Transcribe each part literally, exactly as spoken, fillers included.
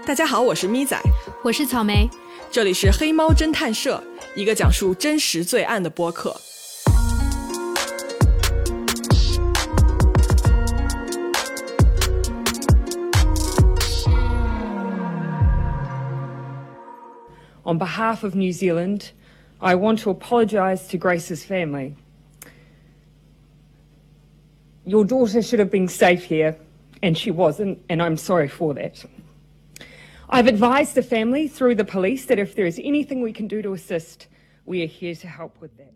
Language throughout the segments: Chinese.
大家好，我是咪仔， 我是草莓， 这里是黑猫侦探社，一个讲述真实罪案的播客。 On behalf of New Zealand, I want to apologise to Grace's family. Your daughter should have been safe here, and she wasn't, and I'm sorry for that. I've advised the family through the police that if there is anything we can do to assist, we are here to help with that.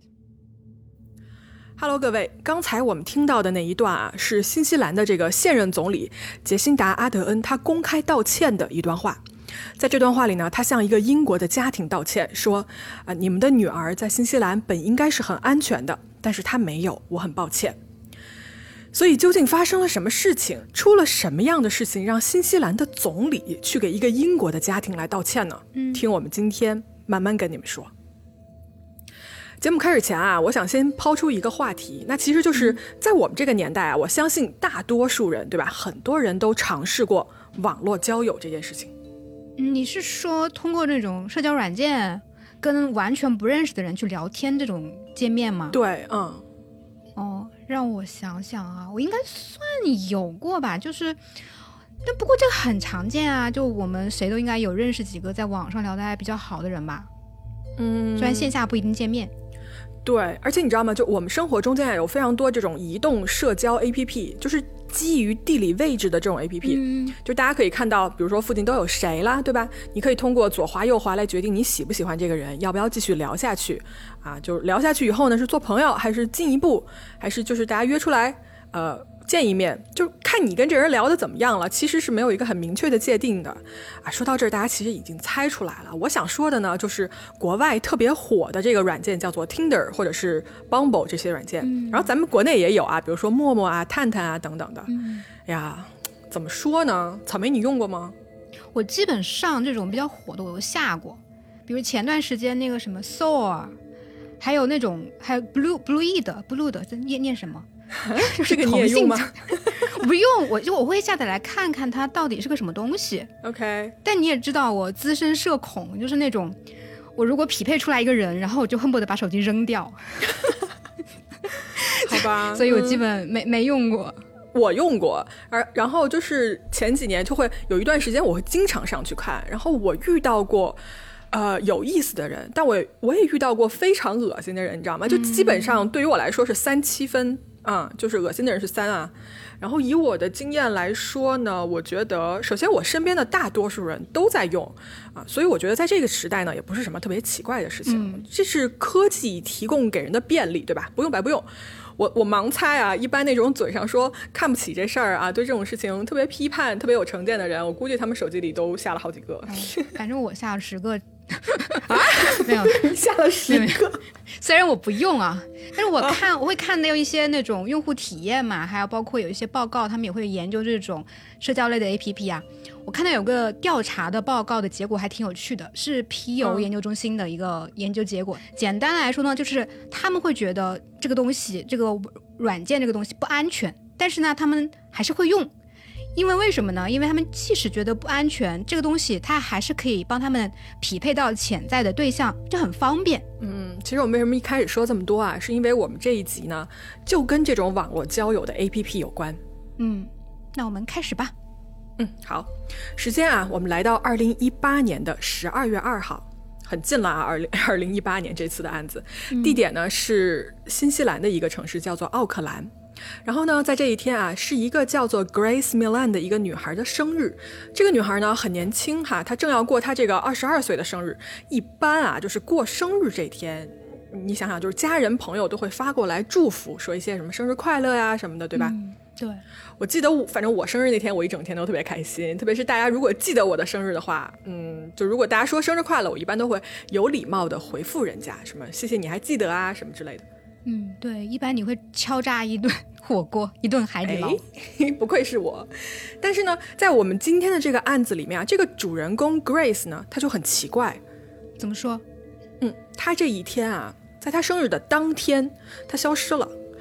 Hello， 各位，刚才我们听到的那一段啊，是新西兰的这个现任总理杰辛达·阿德恩他公开道歉的一段话。在这段话里呢，他向一个英国的家庭道歉，说啊、呃，你们的女儿在新西兰本应该是很安全的，但是她没有，我很抱歉。所以究竟发生了什么事情，出了什么样的事情让新西兰的总理去给一个英国的家庭来道歉呢？嗯，听我们今天慢慢跟你们说。节目开始前啊，我想先抛出一个话题，那其实就是在我们这个年代啊，我相信大多数人，对吧，很多人都尝试过网络交友这件事情。 嗯，你是说通过那种社交软件跟完全不认识的人去聊天这种界面吗？ 对，嗯。 哦，让我想想啊，我应该算有过吧，就是但不过这个很常见啊，就我们谁都应该有认识几个在网上聊得还比较好的人吧。嗯，虽然线下不一定见面。 对，而且你知道吗，就我们生活中间有非常多这种移动社交 A P P， 就是基于地理位置的这种 A P P、嗯、就大家可以看到比如说附近都有谁啦，对吧，你可以通过左滑右滑来决定你喜不喜欢这个人，要不要继续聊下去啊？就聊下去以后呢，是做朋友还是进一步，还是就是大家约出来呃见一面，就看你跟这人聊得怎么样了，其实是没有一个很明确的界定的啊。说到这儿大家其实已经猜出来了，我想说的呢就是国外特别火的这个软件叫做 Tinder 或者是 Bumble 这些软件、嗯、然后咱们国内也有啊，比如说陌陌啊、探探啊等等的、嗯、呀怎么说呢，草莓你用过吗？ 我基本上这种比较火的我都下过，比如前段时间那个什么 Soar， 还有那种还有 Blue Blue 的 Blue 的这念念什么这个你也用吗？ 我不用，我就我会下载来看看它到底是个什么东西。 OK， 但你也知道我资深社恐，就是那种我如果匹配出来一个人，然后我就恨不得把手机扔掉好吧所以我基本没、嗯、没用过。 我用过，而然后就是前几年就会有一段时间我会经常上去看，然后我遇到过呃，有意思的人，但我我也遇到过非常恶心的人，你知道吗？就基本上对于我来说是三七分啊、嗯，就是恶心的人是三啊。然后以我的经验来说呢，我觉得首先我身边的大多数人都在用啊，所以我觉得在这个时代呢，也不是什么特别奇怪的事情，嗯、这是科技提供给人的便利，对吧？不用白不用。我我盲猜啊，一般那种嘴上说看不起这事儿啊，对这种事情特别批判、特别有成见的人，我估计他们手机里都下了好几个。 嗯、反正我下了十个。 啊， 没有下了十个， 虽然我不用啊，但是我看、啊、我会看到一些那种用户体验嘛，还有包括有一些报告，他们也会研究这种社交类的 A P P 啊。我看到有个调查的报告的结果还挺有趣的，是皮尤研究中心的一个研究结果、嗯、简单来说呢，就是他们会觉得这个东西这个软件这个东西不安全，但是呢他们还是会用。因为为什么呢？因为他们即使觉得不安全，这个东西它还是可以帮他们匹配到潜在的对象，就很方便。 嗯，其实我们为什么一开始说这么多啊，是因为我们这一集呢就跟这种网络交友的 A P P 有关。 嗯，那我们开始吧。 嗯，好，时间啊我们来到二零一八年的十二月二号，很近了啊，二零一八年这次的案子、嗯、地点呢是新西兰的一个城市叫做奥克兰。然后呢在这一天啊是一个叫做 Grace Millan 的一个女孩的生日，这个女孩呢很年轻哈，她正要过她这个二十二岁的生日。一般啊就是过生日这天你想想就是家人朋友都会发过来祝福，说一些什么生日快乐呀什么的，对吧、嗯、 对， 我记得我反正我生日那天我一整天都特别开心，特别是大家如果记得我的生日的话，嗯，就如果大家说生日快乐，我一般都会有礼貌的回复人家什么谢谢你还记得啊什么之类的。 嗯，对，一般你会敲诈一顿火锅，一顿海底捞。 不愧是我。但是呢在我们今天的这个案子里面啊，这个主人公 Grace 呢他就很奇怪。 怎么说？ 嗯，他这一天啊在他生日的当天他消失了，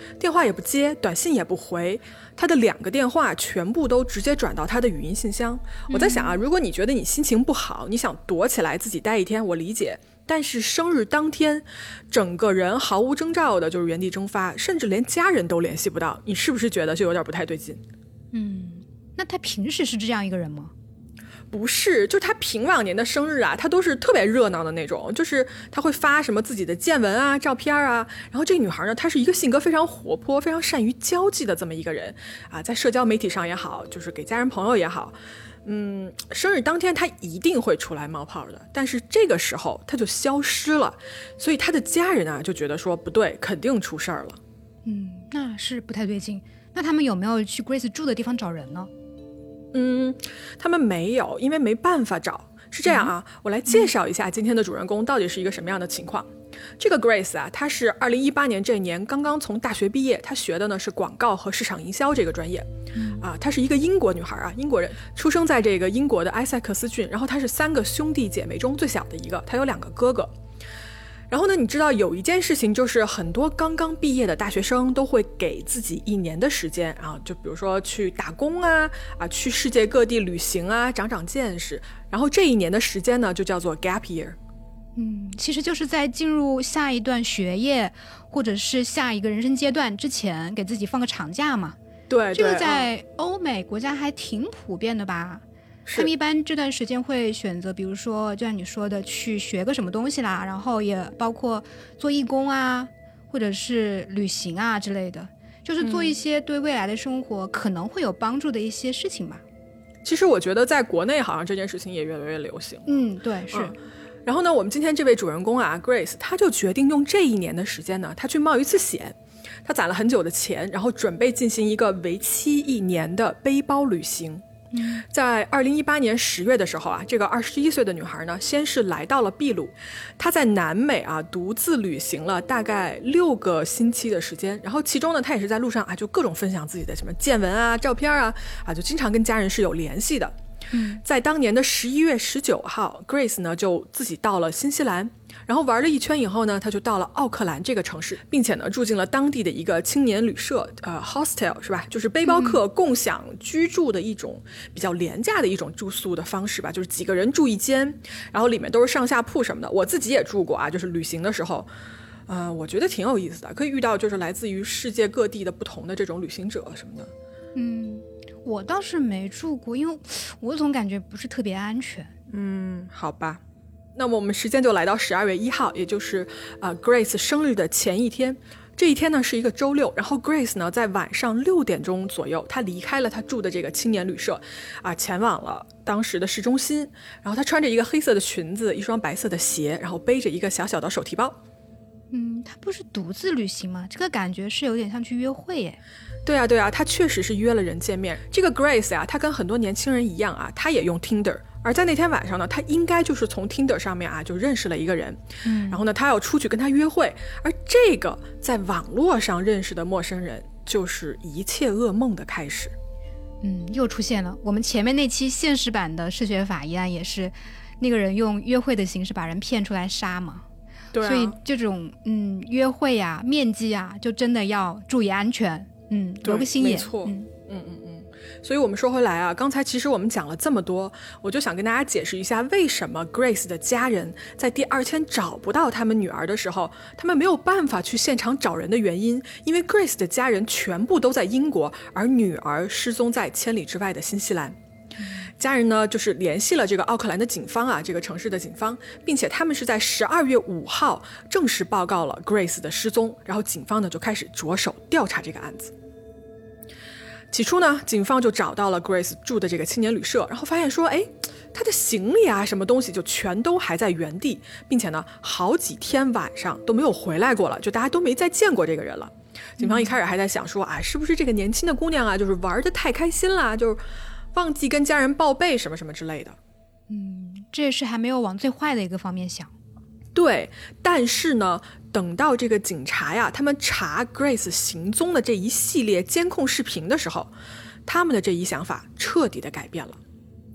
电话也不接，短信也不回，他的两个电话全部都直接转到他的语音信箱。我在想啊，如果你觉得你心情不好，你想躲起来自己待一天，我理解，但是生日当天整个人毫无征兆的就是原地蒸发，甚至连家人都联系不到，你是不是觉得就有点不太对劲？ 嗯，那他平时是这样一个人吗？ 不是，就他平往年的生日啊，他都是特别热闹的那种，就是他会发什么自己的见闻啊、照片啊。然后这个女孩呢，她是一个性格非常活泼、非常善于交际的这么一个人啊，在社交媒体上也好，就是给家人朋友也好，嗯，生日当天她一定会出来冒泡的。但是这个时候她就消失了，所以她的家人啊就觉得说不对，肯定出事儿了。 嗯，那是不太对劲。那他们有没有去 Grace 住的地方找人呢？ 嗯，他们没有，因为没办法找。是这样啊，嗯、我来介绍一下今天的主人公到底是一个什么样的情况。这个 Grace 啊，她是二零一八年这一年刚刚从大学毕业，她学的呢是广告和市场营销这个专业。嗯、啊，她是一个英国女孩啊，英国人，出生在这个英国的埃塞克斯郡，然后她是三个兄弟姐妹中最小的一个，她有两个哥哥。然后呢，你知道有一件事情，就是很多刚刚毕业的大学生都会给自己一年的时间啊，就比如说去打工啊，啊，去世界各地旅行啊，长长见识。然后这一年的时间呢，就叫做 gap year。 嗯，其实就是在进入下一段学业或者是下一个人生阶段之前，给自己放个长假嘛。 对， 这个在欧美国家还挺普遍的吧。他们一般这段时间会选择，比如说就像你说的去学个什么东西啦，然后也包括做义工啊，或者是旅行啊之类的，就是做一些对未来的生活可能会有帮助的一些事情吧。 其实我觉得在国内好像这件事情也越来越流行。 嗯，对，是、 嗯、然后呢，我们今天这位主人公啊 Grace， 他就决定用这一年的时间呢，他去冒一次险。他攒了很久的钱，然后准备进行一个为期一年的背包旅行。在二零一八年十月的时候啊，这个二十一岁的女孩呢，先是来到了秘鲁，她在南美啊独自旅行了大概六个星期的时间，然后其中呢，她也是在路上啊就各种分享自己的什么见闻啊、照片啊，啊就经常跟家人是有联系的。嗯，在当年的十一月十九号 Grace 呢就自己到了新西兰，然后玩了一圈以后呢，她就到了奥克兰这个城市，并且呢住进了当地的一个青年旅社，呃 hostel 是吧，就是背包客共享居住的一种比较廉价的一种住宿的方式吧，就是几个人住一间，然后里面都是上下铺什么的。我自己也住过啊，就是旅行的时候呃，我觉得挺有意思的，可以遇到就是来自于世界各地的不同的这种旅行者什么的。 嗯，我倒是没住过，因为我总感觉不是特别安全。 嗯，好吧。那么我们时间就来到十二月一号，也就是呃 Grace 生日的前一天。这一天呢是一个周六，然后 Grace 呢在晚上六点钟左右，她离开了她住的这个青年旅社啊，前往了当时的市中心。然后她穿着一个黑色的裙子，一双白色的鞋，然后背着一个小小的手提包。 嗯，她不是独自旅行吗？这个感觉是有点像去约会耶。 对啊对啊，她确实是约了人见面。这个 Grace 啊，她跟很多年轻人一样啊，她也用 Tinder。而在那天晚上呢，她应该就是从 Tinder 上面啊就认识了一个人，嗯，然后呢，她要出去跟他约会，而这个在网络上认识的陌生人，就是一切噩梦的开始。 嗯，又出现了。我们前面那期现实版的嗜血法一案也是，那个人用约会的形式把人骗出来杀嘛。 对啊， 所以这种嗯约会啊、面基啊，就真的要注意安全，嗯，留个心眼。 没错， 嗯嗯嗯嗯。所以我们说回来啊，刚才其实我们讲了这么多，我就想跟大家解释一下，为什么 Grace 的家人在第二天找不到他们女儿的时候，他们没有办法去现场找人的原因。因为 Grace 的家人全部都在英国，而女儿失踪在千里之外的新西兰。家人呢就是联系了这个奥克兰的警方啊，这个城市的警方，并且他们是在十二月五号正式报告了 Grace 的失踪，然后警方呢就开始着手调查这个案子。起初呢，警方就找到了 Grace 住的这个青年旅社，然后发现说，哎，她的行李啊什么东西就全都还在原地，并且呢好几天晚上都没有回来过了，就大家都没再见过这个人了。警方一开始还在想说啊，是不是这个年轻的姑娘啊就是玩得太开心了，就是忘记跟家人报备什么什么之类的。 嗯，这也是还没有往最坏的一个方面想。 对，但是呢，等到这个警察呀，他们查 Grace 行踪的这一系列监控视频的时候，他们的这一想法彻底的改变了。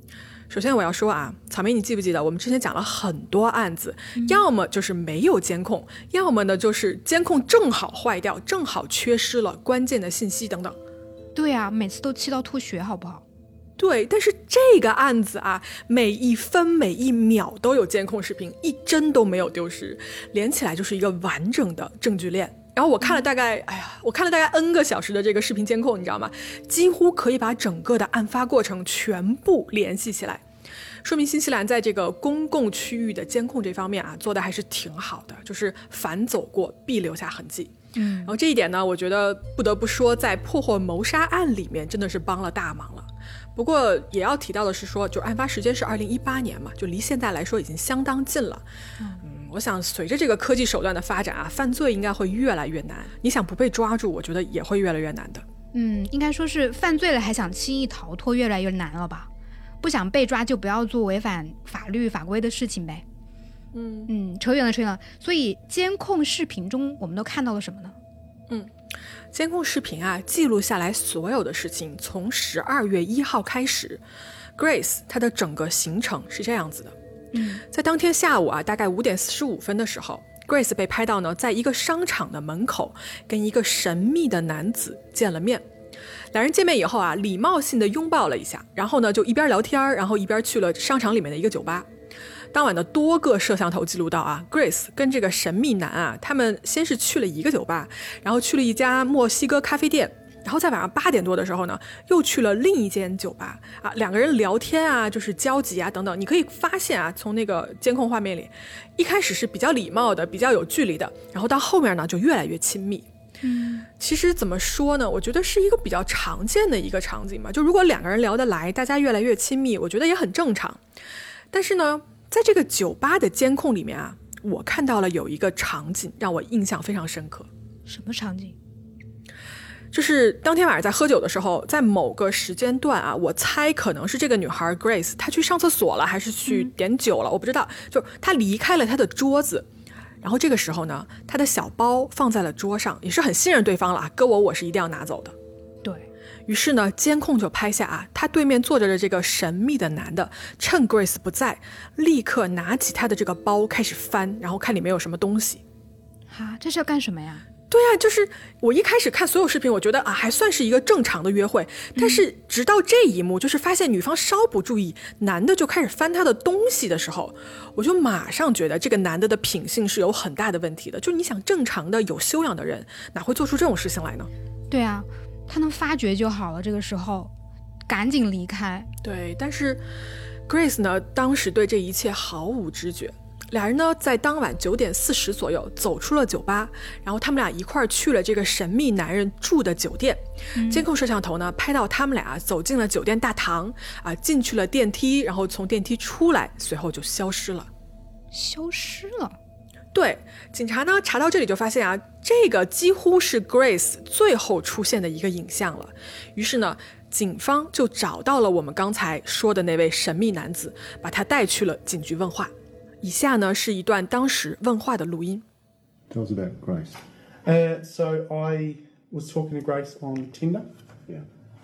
首先我要说啊，草莓，你记不记得我们之前讲了很多案子，嗯、要么就是没有监控，要么呢就是监控正好坏掉，正好缺失了关键的信息等等。 对啊，每次都气到吐血，好不好？ 对，但是这个案子啊，每一分每一秒都有监控视频，一帧都没有丢失，连起来就是一个完整的证据链。然后我看了大概，哎呀，我看了大概 N 个小时的这个视频监控，你知道吗？几乎可以把整个的案发过程全部联系起来，说明新西兰在这个公共区域的监控这方面啊，做的还是挺好的，就是凡走过必留下痕迹。嗯，然后这一点呢，我觉得不得不说，在破获谋杀案里面真的是帮了大忙了。不过也要提到的是说，就案发时间是二零一八年嘛，就离现在来说已经相当近了。嗯。我想随着这个科技手段的发展啊，犯罪应该会越来越难。你想不被抓住，我觉得也会越来越难的。 嗯，应该说是犯罪了还想轻易逃脱越来越难了吧？不想被抓就不要做违反法律法规的事情呗。嗯嗯，扯远了扯远了。所以监控视频中我们都看到了什么呢？ 嗯，监控视频啊，记录下来所有的事情，从十二月一号开始 ，Grace 她的整个行程是这样子的。在当天下午啊，大概五点四十五分的时候 ，Grace 被拍到呢，在一个商场的门口跟一个神秘的男子见了面。两人见面以后啊，礼貌性的拥抱了一下，然后呢就一边聊天，然后一边去了商场里面的一个酒吧。当晚的多个摄像头记录到啊 ，Grace 跟这个神秘男啊，他们先是去了一个酒吧，然后去了一家墨西哥咖啡店。然后在晚上八点多的时候呢，又去了另一间酒吧啊，两个人聊天啊，就是交集啊等等，你可以发现啊，从那个监控画面里，一开始是比较礼貌的，比较有距离的，然后到后面呢就越来越亲密。嗯，其实怎么说呢，我觉得是一个比较常见的一个场景嘛，就如果两个人聊得来，大家越来越亲密，我觉得也很正常。但是呢，在这个酒吧的监控里面啊，我看到了有一个场景让我印象非常深刻。 什么场景？ 就是当天晚上在喝酒的时候，在某个时间段啊，我猜可能是这个女孩 Grace 她去上厕所了，还是去点酒了，嗯、我不知道。就她离开了她的桌子，然后这个时候呢，她的小包放在了桌上，也是很信任对方了，搁我我是一定要拿走的。 对于是呢，监控就拍下啊，她对面坐着的这个神秘的男的，趁 Grace 不在，立刻拿起她的这个包开始翻，然后看里面有什么东西。 哈，这是要干什么呀？ 对啊，就是我一开始看所有视频，我觉得啊还算是一个正常的约会，但是直到这一幕，就是发现女方稍不注意，男的就开始翻她的东西的时候，我就马上觉得这个男的的品性是有很大的问题的。就你想，正常的有修养的人哪会做出这种事情来呢？ 对啊，他能发觉就好了，这个时候赶紧离开。 对，但是 Grace 呢，当时对这一切毫无知觉。俩人呢，在当晚九点四十左右走出了酒吧，然后他们俩一块儿去了这个神秘男人住的酒店。嗯、监控摄像头呢，拍到他们俩走进了酒店大堂，啊，进去了电梯，然后从电梯出来，随后就消失了。 消失了？ 对，警察呢查到这里就发现啊，这个几乎是 Grace 最后出现的一个影像了。于是呢，警方就找到了我们刚才说的那位神秘男子，把他带去了警局问话。以下呢是一段当时问话的录音。 Tell us about Grace. Uh, so I was talking to Grace on Tinder. Yeah.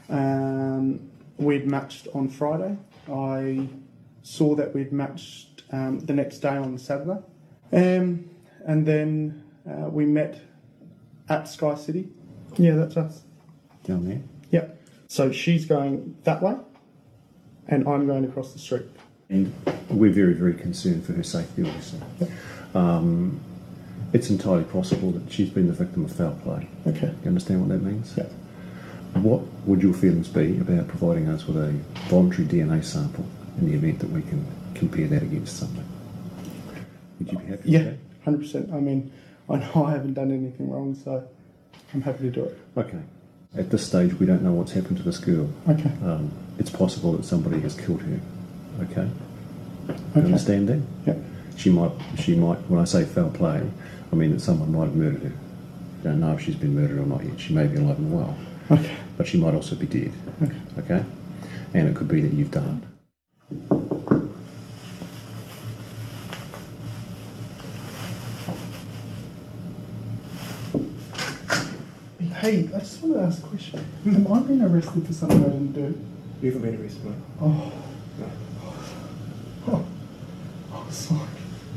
Um, we'd matched on Friday. I saw that we'd matched um, the next day on Saturday. Um, and then uh, we met at Sky City. Yeah, that's us. Down there? Yeah. So she's going that way and I'm going across the street. And we're very, very concerned for her safety, obviously. Yep. Um, it's entirely possible that she's been the victim of foul play. Okay. You understand what that means? Yeah. What would your feelings be about providing us with a voluntary D N A sample in the event that we can compare that against something? Would you be happy yeah, with that? one hundred percent. I mean, I know I haven't done anything wrong, so I'm happy to do it. Okay. At this stage, we don't know what's happened to this girl. Okay. Um, it's possible that somebody has killed her. Okay. You Okay. understand that? Yeah. She might, she might, when I say foul play, I mean that someone might have murdered her. I don't know if she's been murdered or not yet. She may be alive and well. Okay. But she might also be dead. Okay. Okay? And it could be that you've done it. Hey, I just want to ask a question. Am I being arrested for something I didn't do? You haven't been arrested, mate. Oh. No. was like,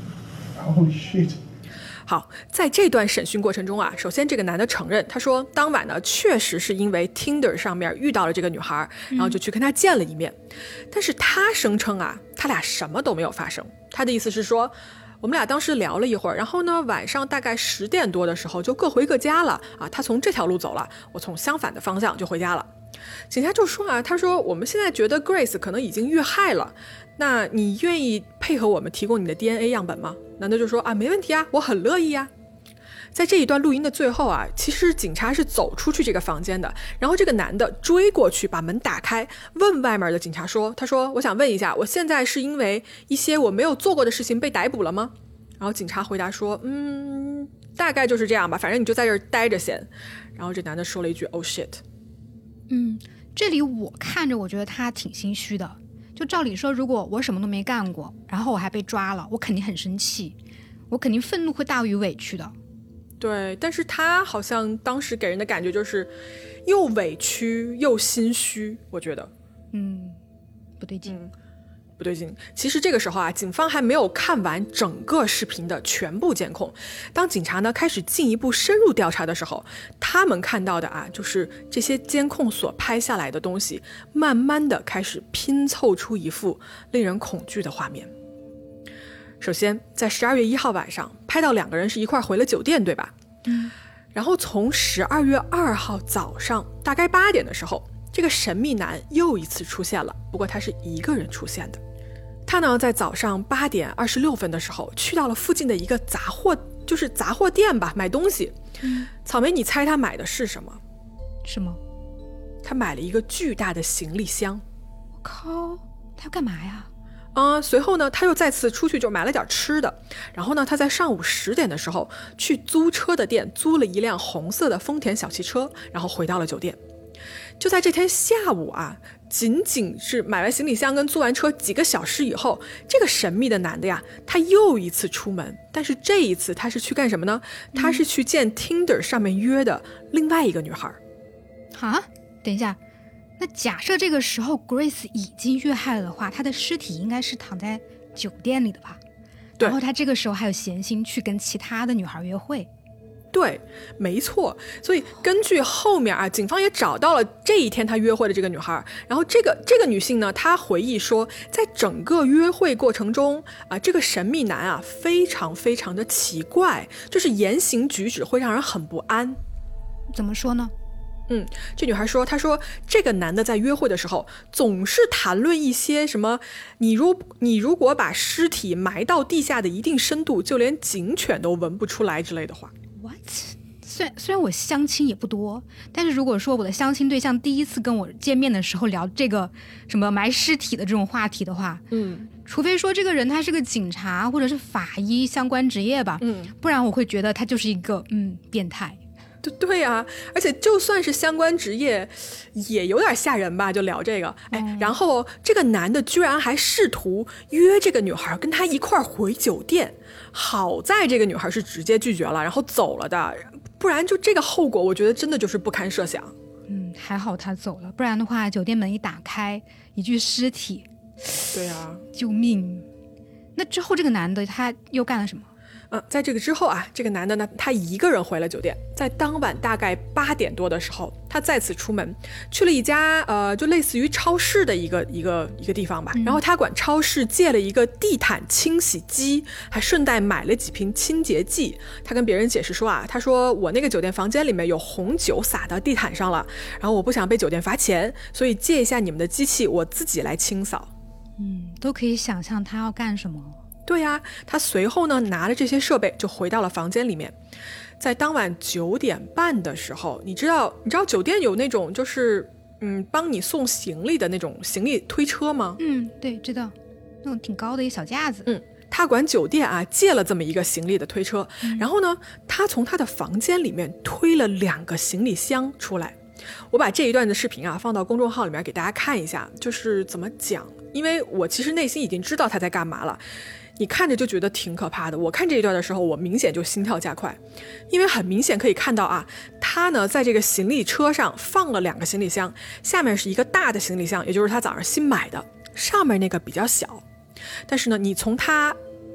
holy shit. 好，在这段审讯过程中啊，首先这个男的承认，他说当晚呢确实是因为 Tinder 上面遇到了这个女孩，然后就去跟她见了一面。嗯、但是他声称啊，他俩什么都没有发生。他的意思是说，我们俩当时聊了一会儿，然后呢晚上大概十点多的时候就各回各家了啊。他从这条路走了，我从相反的方向就回家了。警察就说啊，他说我们现在觉得 Grace 可能已经遇害了，那你愿意配合我们提供你的 D N A 样本吗？男的就说啊，没问题啊，我很乐意啊。在这一段录音的最后啊，其实警察是走出去这个房间的，然后这个男的追过去把门打开，问外面的警察说，他说我想问一下，我现在是因为一些我没有做过的事情被逮捕了吗？然后警察回答说，嗯，大概就是这样吧，反正你就在这儿待着先。然后这男的说了一句 oh shit。 嗯，这里我看着我觉得他挺心虚的，就照理说如果我什么都没干过，然后我还被抓了，我肯定很生气，我肯定愤怒会大于委屈的。 对，但是他好像当时给人的感觉就是又委屈又心虚，我觉得嗯，不对劲、嗯、 不对劲。其实这个时候啊，警方还没有看完整个视频的全部监控。当警察呢开始进一步深入调查的时候，他们看到的啊，就是这些监控所拍下来的东西慢慢的开始拼凑出一幅令人恐惧的画面。首先在十二月一号晚上拍到两个人是一块回了酒店，对吧？ 嗯。 然后从十二月二号早上大概八点的时候，这个神秘男又一次出现了，不过他是一个人出现的。他呢在早上八点二十六分的时候去到了附近的一个杂货就是杂货店吧，买东西。 嗯。 草莓，你猜他买的是什么？ 什么？ 他买了一个巨大的行李箱。 我靠，他要干嘛呀？ 啊、呃，随后呢，他又再次出去就买了点吃的，然后呢，他在上午十点的时候去租车的店租了一辆红色的丰田小汽车，然后回到了酒店。就在这天下午啊，仅仅是买完行李箱跟租完车几个小时以后，这个神秘的男的呀，他又一次出门，但是这一次他是去干什么呢？他是去见 Tinder 上面约的另外一个女孩。 啊，等一下。那假设这个时候 Grace 已经遇害了的话，她的尸体应该是躺在酒店里的吧？然后她这个时候还有闲心去跟其他的女孩约会。 对，没错。所以根据后面啊，警方也找到了这一天她约会的这个女孩。然后这个这个女性呢，她回忆说，在整个约会过程中啊，这个神秘男啊非常非常的奇怪，就是言行举止会让人很不安。 怎么说呢？ 嗯，这女孩说，她说这个男的在约会的时候总是谈论一些什么，你如你如果把尸体埋到地下的一定深度，就连警犬都闻不出来之类的话。 What？ 虽然虽然我相亲也不多，但是如果说我的相亲对象第一次跟我见面的时候聊这个什么埋尸体的这种话题的话， 嗯， 除非说这个人他是个警察或者是法医相关职业吧， 嗯， 不然我会觉得他就是一个嗯变态。 对呀、啊，而且就算是相关职业也有点吓人吧，就聊这个。哎、嗯，然后这个男的居然还试图约这个女孩跟他一块回酒店，好在这个女孩是直接拒绝了，然后走了的，不然就这个后果我觉得真的就是不堪设想。 嗯，还好他走了，不然的话酒店门一打开一具尸体， 对啊， 救命。那之后这个男的他又干了什么？ 嗯，在这个之后啊，这个男的呢，他一个人回了酒店。在当晚大概八点多的时候，他再次出门，去了一家呃，就类似于超市的一个一个一个地方吧。然后他管超市借了一个地毯清洗机，还顺带买了几瓶清洁剂。他跟别人解释说啊，他说我那个酒店房间里面有红酒洒到地毯上了，然后我不想被酒店罚钱，所以借一下你们的机器，我自己来清扫。 嗯，都可以想象他要干什么。 对呀、啊，他随后呢拿了这些设备就回到了房间里面。在当晚九点半的时候，你知道你知道酒店有那种就是嗯帮你送行李的那种行李推车吗？ 嗯，对，知道，那种挺高的一个小架子。 嗯，他管酒店啊借了这么一个行李的推车、嗯、然后呢他从他的房间里面推了两个行李箱出来。我把这一段的视频啊放到公众号里面给大家看一下，就是怎么讲，因为我其实内心已经知道他在干嘛了，你看着就觉得挺可怕的。我看这一段的时候，我明显就心跳加快，因为很明显可以看到啊，他呢在这个行李车上放了两个行李箱，下面是一个大的行李箱，也就是他早上新买的，上面那个比较小。但是呢，你从他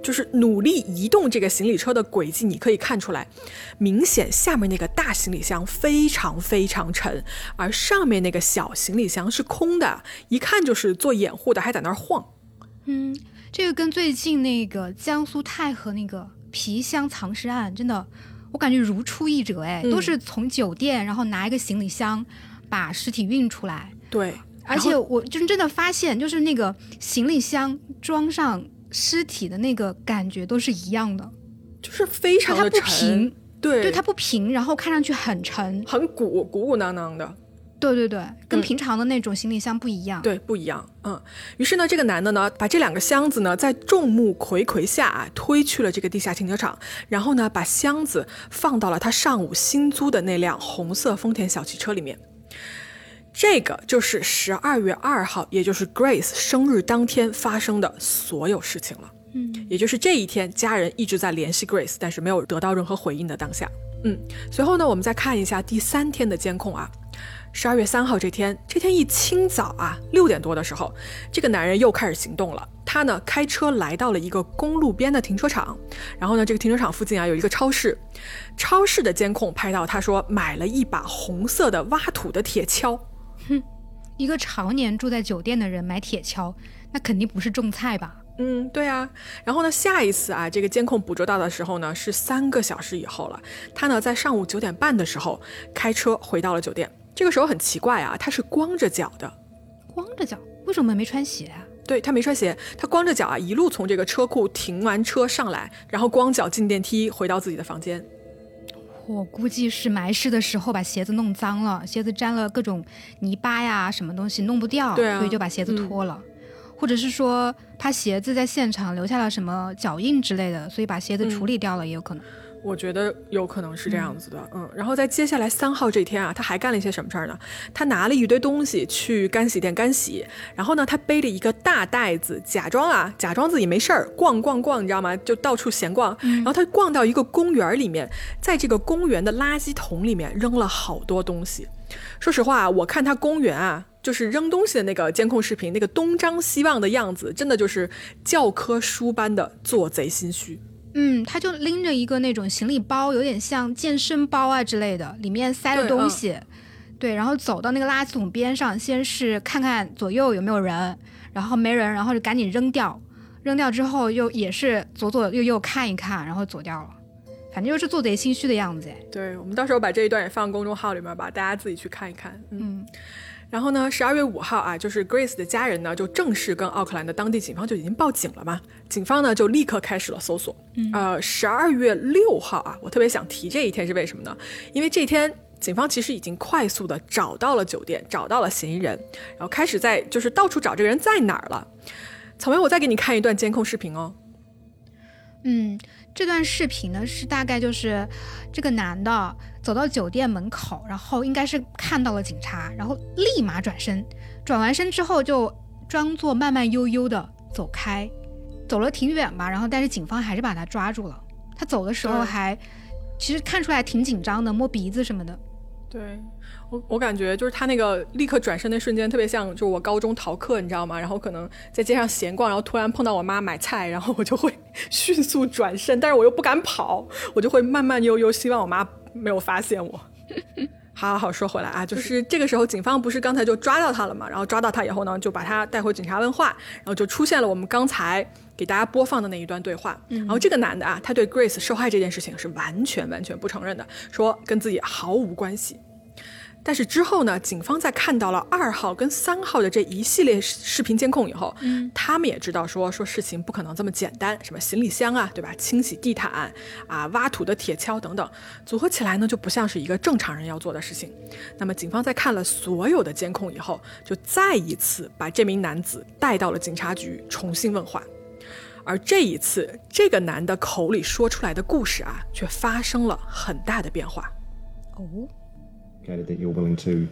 就是努力移动这个行李车的轨迹，你可以看出来，明显下面那个大行李箱非常非常沉，而上面那个小行李箱是空的，一看就是做掩护的，还在那儿晃。 嗯，这个跟最近那个江苏泰和那个皮箱藏尸案，真的我感觉如出一辙哎、嗯，都是从酒店然后拿一个行李箱把尸体运出来。 对， 而且我真真的发现，就是那个行李箱装上尸体的那个感觉都是一样的， 就是非常的沉， 它不平， 对， 对，它不平，然后看上去很沉， 很鼓鼓鼓囊囊的。 对对对，跟平常的那种行李箱不一样。 嗯、对，不一样。嗯，于是呢，这个男的呢，把这两个箱子呢，在众目睽睽下啊，推去了这个地下停车场，然后呢，把箱子放到了他上午新租的那辆红色丰田小汽车里面。这个就是十二月二号，也就是 Grace 生日当天发生的所有事情了。嗯，也就是这一天，家人一直在联系 Grace， 但是没有得到任何回应的当下。嗯，随后呢，我们再看一下第三天的监控啊。十二月三号这天，这天一清早啊，六点多的时候，这个男人又开始行动了。他呢，开车来到了一个公路边的停车场，然后呢，这个停车场附近啊有一个超市，超市的监控拍到他说买了一把红色的挖土的铁锹。 哼，一个常年住在酒店的人买铁锹，那肯定不是种菜吧？ 嗯，对啊。然后呢，下一次啊，这个监控捕捉到的时候呢，是三个小时以后了。他呢，在上午九点半的时候开车回到了酒店。这个时候很奇怪啊，他是光着脚的。 光着脚？为什么没穿鞋啊？ 对，他没穿鞋，他光着脚啊，一路从这个车库停完车上来，然后光脚进电梯回到自己的房间。 我估计是埋尸的时候把鞋子弄脏了，鞋子沾了各种泥巴呀什么东西弄不掉， 对啊， 所以就把鞋子脱了、嗯、或者是说怕鞋子在现场留下了什么脚印之类的，所以把鞋子处理掉了也有可能、嗯， 我觉得有可能是这样子的。 嗯, 嗯，然后在接下来三号这天啊，他还干了一些什么事儿呢？他拿了一堆东西去干洗店干洗，然后呢他背着一个大袋子，假装啊假装自己没事儿，逛逛逛，你知道吗？就到处闲逛、嗯、然后他逛到一个公园里面，在这个公园的垃圾桶里面扔了好多东西。说实话，我看他公园啊就是扔东西的那个监控视频，那个东张西望的样子，真的就是教科书般的做贼心虚。 嗯，他就拎着一个那种行李包，有点像健身包啊之类的，里面塞了东西。 对,、嗯、对，然后走到那个垃圾桶边上，先是看看左右有没有人，然后没人，然后就赶紧扔掉，扔掉之后又也是左左右右看一看，然后走掉了。反正就是做贼心虚的样子。 对，我们到时候把这一段也放公众号里面吧，大家自己去看一看。 嗯, 嗯然后呢，十二月五号啊，就是 Grace 的家人呢就正式跟奥克兰的当地警方就已经报警了嘛。警方呢就立刻开始了搜索。嗯、呃，十二月六号啊，我特别想提这一天是为什么呢？因为这天警方其实已经快速的找到了酒店，找到了嫌疑人，然后开始在就是到处找这个人在哪儿了。草莓，我再给你看一段监控视频哦。 嗯，这段视频呢是大概就是这个男的走到酒店门口，然后应该是看到了警察，然后立马转身，转完身之后就装作慢慢悠悠的走开，走了挺远吧，然后但是警方还是把他抓住了。他走的时候还其实看出来挺紧张的，摸鼻子什么的。 对，我我感觉就是他那个立刻转身那瞬间特别像就是我高中逃课，你知道吗？然后可能在街上闲逛，然后突然碰到我妈买菜，然后我就会迅速转身，但是我又不敢跑，我就会慢慢悠悠，希望我妈没有发现我。好好好，说回来啊，就是这个时候警方不是刚才就抓到他了嘛，然后抓到他以后呢，就把他带回警察问话，然后就出现了我们刚才给大家播放的那一段对话。嗯、然后这个男的啊，他对 Grace 受害这件事情是完全完全不承认的，说跟自己毫无关系。但是之后呢，警方在看到了二号跟三号的这一系列视频监控以后，嗯，他们也知道说说事情不可能这么简单，什么行李箱啊，对吧？清洗地毯啊，挖土的铁锹等等，组合起来呢就不像是一个正常人要做的事情。那么警方在看了所有的监控以后，就再一次把这名男子带到了警察局重新问话。而这一次，这个男的口里说出来的故事啊，却发生了很大的变化。 哦。 That you're willing to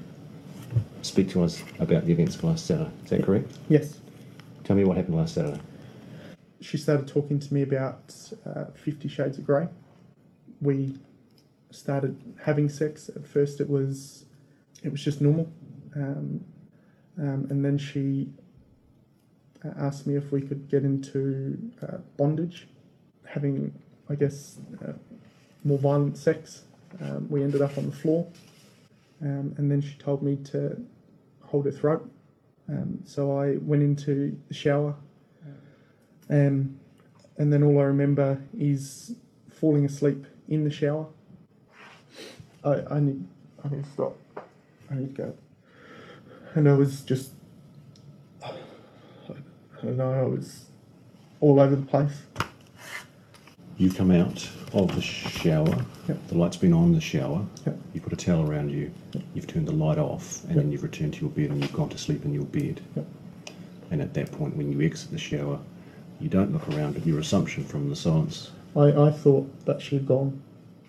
speak to us about the events of last Saturday. Is that correct? Yes. Tell me what happened last Saturday. She started talking to me about uh, Fifty Shades of Grey. We started having sex. At first it was it was just normal. Um, um, and then she asked me if we could get into uh, bondage having, I guess, uh, more violent sex. Um, we ended up on the floor, um, and then she told me to hold her throat. Um, so I went into the shower, um, and then all I remember is falling asleep in the shower. I, I need, I need to stop. I need to go. And I was just, I don't know, I was all over the place. You come out of the shower, Yep. the light's been on in the shower, Yep. you put a towel around you, Yep. you've turned the light off, and Yep. then you've returned to your bed and you've gone to sleep in your bed. Yep. And at that point, when you exit the shower, you don't look around at your assumption from the silence. I, I thought that she had gone.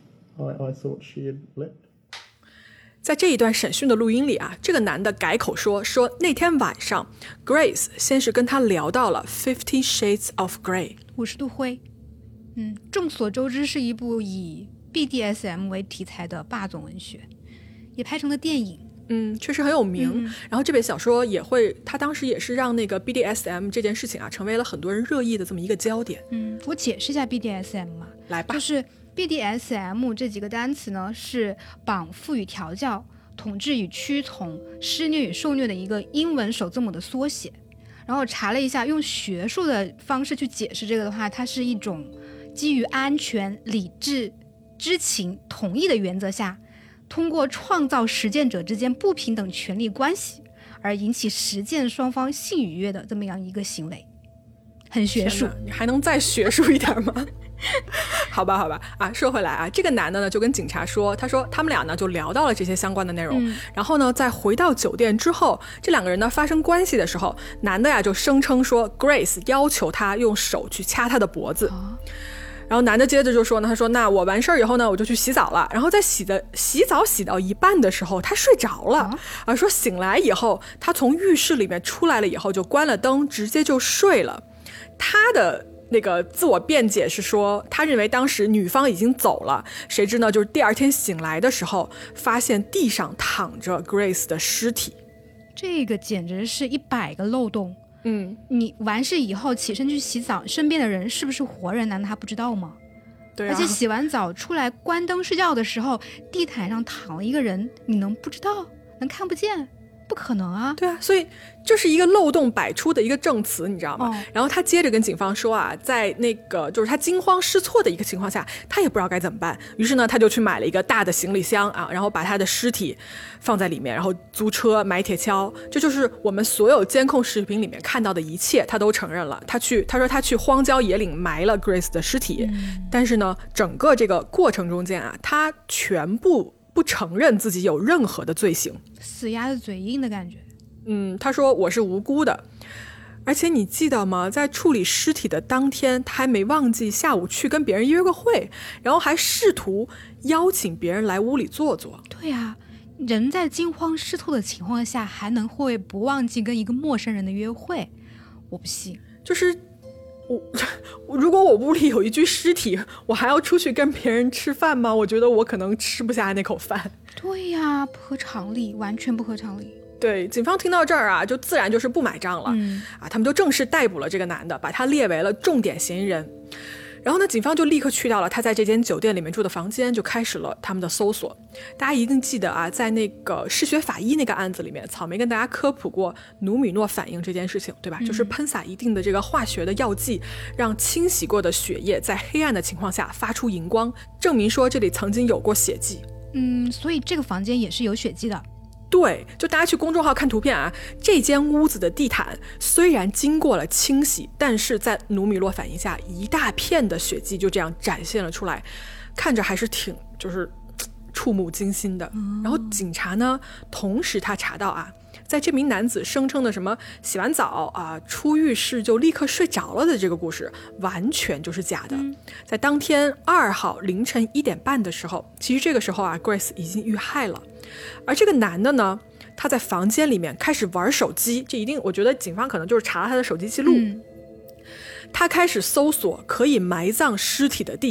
I, I thought she had left. 在这一段审讯的录音里啊，这个男的改口说说那天晚上 Grace 先是跟他聊到了 Fifty Shades of Grey 五十度灰。嗯，众所周知是一部以 B D S M 为题材的霸总文学，也拍成了电影。 嗯，确实很有名、嗯、然后这本小说也会，他当时也是让那个 B D S M 这件事情啊成为了很多人热议的这么一个焦点。 嗯，我解释一下 B D S M 嘛， 来吧， 就是 B D S M 这几个单词呢是绑缚与调教、统治与屈从、施虐与受虐的一个英文首字母的缩写。然后查了一下，用学术的方式去解释这个的话，它是一种基于安全、理智、知情、同意的原则下，通过创造实践者之间不平等权利关系而引起实践双方性愉悦的这么样一个行为。很学术， 你还能再学术一点吗？好吧好吧啊，说回来啊，这个男的呢就跟警察说，他说他们俩呢就聊到了这些相关的内容、嗯、然后呢在回到酒店之后，这两个人呢发生关系的时候，男的呀就声称说 Grace 要求他用手去掐他的脖子、哦，然后男的接着就说呢，他说那我完事儿以后呢我就去洗澡了，然后在洗的洗澡洗到一半的时候他睡着了、哦、啊，说醒来以后他从浴室里面出来了以后就关了灯直接就睡了。他的那个自我辩解是说他认为当时女方已经走了，谁知呢就是第二天醒来的时候发现地上躺着 Grace 的尸体。 这个简直是一百个漏洞。 嗯， 你完事以后起身去洗澡，身边的人是不是活人，难道他不知道吗？ 对啊， 而且洗完澡出来关灯睡觉的时候，地毯上躺了一个人，你能不知道？能看不见？不可能啊。 对啊，所以就是一个漏洞百出的一个证词，你知道吗、哦、然后他接着跟警方说啊，在那个就是他惊慌失措的一个情况下，他也不知道该怎么办，于是呢他就去买了一个大的行李箱啊，然后把他的尸体放在里面，然后租车买铁锹，这就是我们所有监控视频里面看到的一切，他都承认了。他去他说他去荒郊野岭埋了 Grace 的尸体、嗯、但是呢整个这个过程中间啊，他全部不承认自己有任何的罪行， 死鸭子嘴硬的感觉。 嗯，他说我是无辜的，而且你记得吗？在处理尸体的当天，他还没忘记下午去跟别人约个会，然后还试图邀请别人来屋里坐坐。 对啊，人在惊慌失措的情况下，还能会不忘记跟一个陌生人的约会？我不信。 就是我，如果我屋里有一具尸体，我还要出去跟别人吃饭吗？我觉得我可能吃不下那口饭。 对呀，不合常理，完全不合常理。 对，警方听到这儿啊，就自然就是不买账了、嗯、啊，他们就正式逮捕了这个男的，把他列为了重点嫌疑人。然后呢，警方就立刻去到了他在这间酒店里面住的房间，就开始了他们的搜索。大家一定记得啊，在那个嗜血法医那个案子里面，草莓跟大家科普过努米诺反应这件事情，对吧、嗯、就是喷洒一定的这个化学的药剂，让清洗过的血液在黑暗的情况下发出荧光，证明说这里曾经有过血迹。 嗯，所以这个房间也是有血迹的。 对，就大家去公众号看图片啊，这间屋子的地毯虽然经过了清洗，但是在努米诺反应下，一大片的血迹就这样展现了出来，看着还是挺就是触目惊心的、嗯、然后警察呢同时他查到啊，在这名男子声称的什么洗完澡啊出浴室就立刻睡着了的这个故事完全就是假的、嗯、在当天二号凌晨一点半的时候，其实这个时候啊 Grace 已经遇害了，而这个男的呢，他在房间里面开始玩手机，这一定我觉得警方可能就是查了他的手机记录、嗯、他开始搜索可以埋葬尸体的地点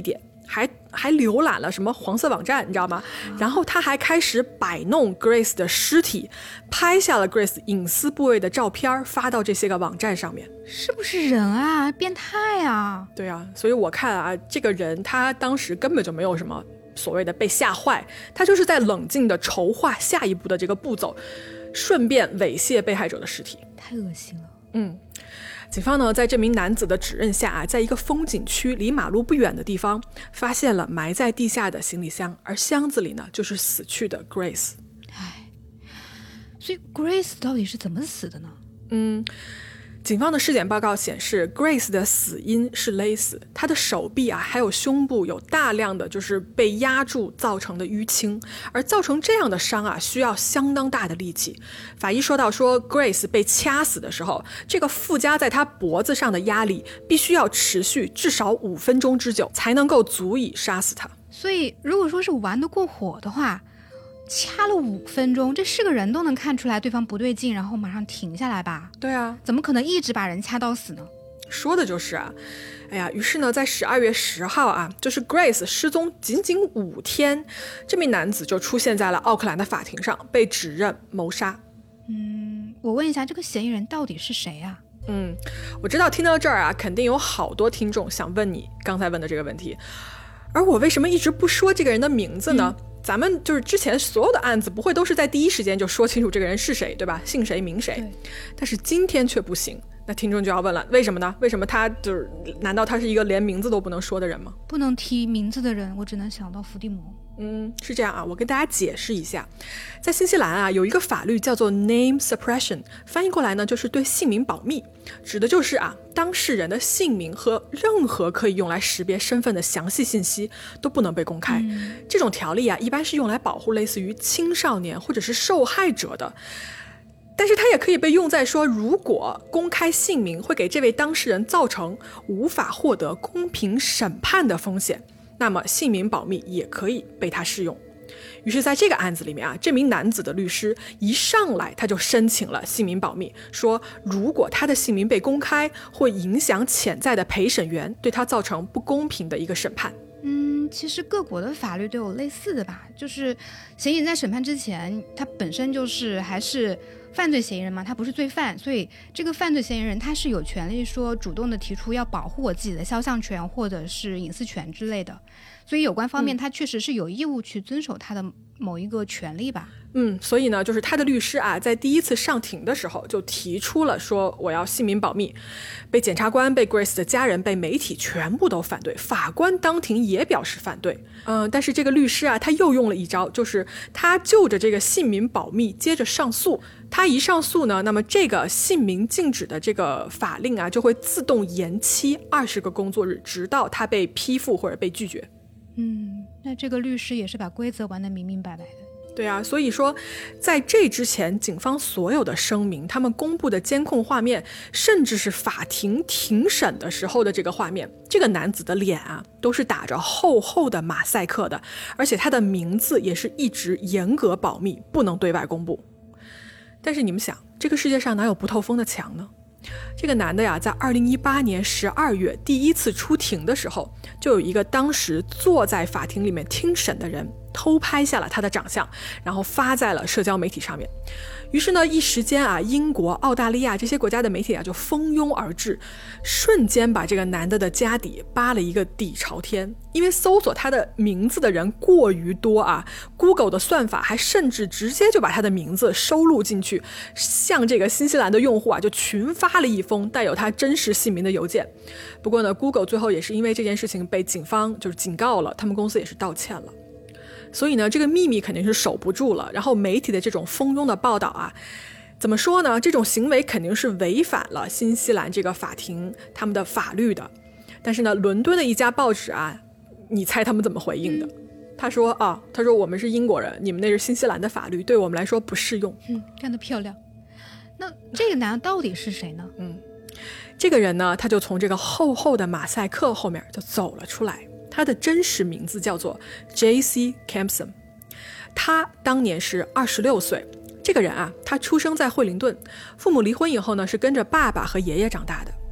还还浏览了什么黄色网站，你知道吗？然后他还开始摆弄 Grace 的尸体，拍下了 Grace 隐私部位的照片，发到这些个网站上面。 是不是人啊？变态啊！ 对啊，所以我看啊，这个人他当时根本就没有什么所谓的被吓坏，他就是在冷静的筹划下一步的这个步骤，顺便猥亵被害者的尸体。 太恶心了。 嗯。警方呢，在这名男子的指认下啊，在一个风景区离马路不远的地方，发现了埋在地下的行李箱，而箱子里呢，就是死去的 Grace。 唉，所以 Grace 到底是怎么死的呢？ 嗯，警方的尸检报告显示 Grace 的死因是勒死，她的手臂啊还有胸部有大量的就是被压住造成的淤青，而造成这样的伤啊需要相当大的力气。法医说到说 Grace 被掐死的时候，这个附加在她脖子上的压力必须要持续至少五分钟之久才能够足以杀死她。 所以如果说是玩得过火的话，掐了五分钟，这是个人都能看出来对方不对劲，然后马上停下来吧？ 对啊， 怎么可能一直把人掐到死呢？ 说的就是啊，哎呀，于是呢，在十二月十号啊，就是 Grace 失踪仅仅五天，这名男子就出现在了奥克兰的法庭上，被指认谋杀。 嗯，我问一下，这个嫌疑人到底是谁啊？ 嗯，我知道听到这儿啊，肯定有好多听众想问你刚才问的这个问题，而我为什么一直不说这个人的名字呢？嗯，咱们就是之前所有的案子不会都是在第一时间就说清楚这个人是谁，对吧？姓谁名谁。但是今天却不行，那听众就要问了，为什么呢？为什么他就是难道他是一个连名字都不能说的人吗？ 不能提名字的人，我只能想到伏地魔。 嗯，是这样啊，我跟大家解释一下，在新西兰啊有一个法律叫做 name suppression， 翻译过来呢就是对姓名保密，指的就是啊当事人的姓名和任何可以用来识别身份的详细信息都不能被公开。嗯，这种条例啊一般是用来保护类似于青少年或者是受害者的，但是它也可以被用在说，如果公开姓名会给这位当事人造成无法获得公平审判的风险，那么姓名保密也可以被它适用。于是在这个案子里面啊，这名男子的律师一上来他就申请了姓名保密，说如果他的姓名被公开，会影响潜在的陪审员对他造成不公平的一个审判。 嗯，其实各国的法律都有类似的吧，就是嫌疑人在审判之前，他本身就是还是犯罪嫌疑人嘛，他不是罪犯，所以这个犯罪嫌疑人他是有权利说主动的提出要保护我自己的肖像权或者是隐私权之类的，所以有关方面他确实是有义务去遵守他的某一个权利吧。 嗯，所以呢，就是他的律师啊，在第一次上庭的时候就提出了说我要姓名保密，被检察官、被 Grace 的家人、被媒体全部都反对，法官当庭也表示反对。嗯，但是这个律师啊，他又用了一招，就是他就着这个姓名保密接着上诉。他一上诉呢，那么这个姓名禁止的这个法令啊，就会自动延期二十个工作日，直到他被批复或者被拒绝。 嗯，那这个律师也是把规则玩得明明白白的。 对啊，所以说在这之前警方所有的声明，他们公布的监控画面，甚至是法庭庭审的时候的这个画面，这个男子的脸啊都是打着厚厚的马赛克的，而且他的名字也是一直严格保密，不能对外公布。但是你们想，这个世界上哪有不透风的墙呢？这个男的呀，在二零一八年十二月第一次出庭的时候，就有一个当时坐在法庭里面听审的人偷拍下了他的长相，然后发在了社交媒体上面。于是呢，一时间啊，英国、澳大利亚这些国家的媒体啊就蜂拥而至，瞬间把这个男的的家底扒了一个底朝天。因为搜索他的名字的人过于多啊 ，Google 的算法还甚至直接就把他的名字收录进去，向这个新西兰的用户啊就群发了一封带有他真实姓名的邮件。不过呢 ，Google 最后也是因为这件事情被警方就是警告了，他们公司也是道歉了。所以呢，这个秘密肯定是守不住了。然后媒体的这种蜂拥的报道啊，怎么说呢？这种行为肯定是违反了新西兰这个法庭他们的法律的。但是呢，伦敦的一家报纸啊，你猜他们怎么回应的？嗯、他说啊，他说我们是英国人，你们那是新西兰的法律，对我们来说不适用。 嗯，干得漂亮。那这个男的到底是谁呢？ 嗯，这个人呢，他就从这个厚厚的马赛克后面就走了出来。他的真实名字叫做 J C Campson， 他当年是二十六岁。这个人啊，他出生在惠灵顿，父母离婚以后呢，是跟着爸爸和爷爷长大的。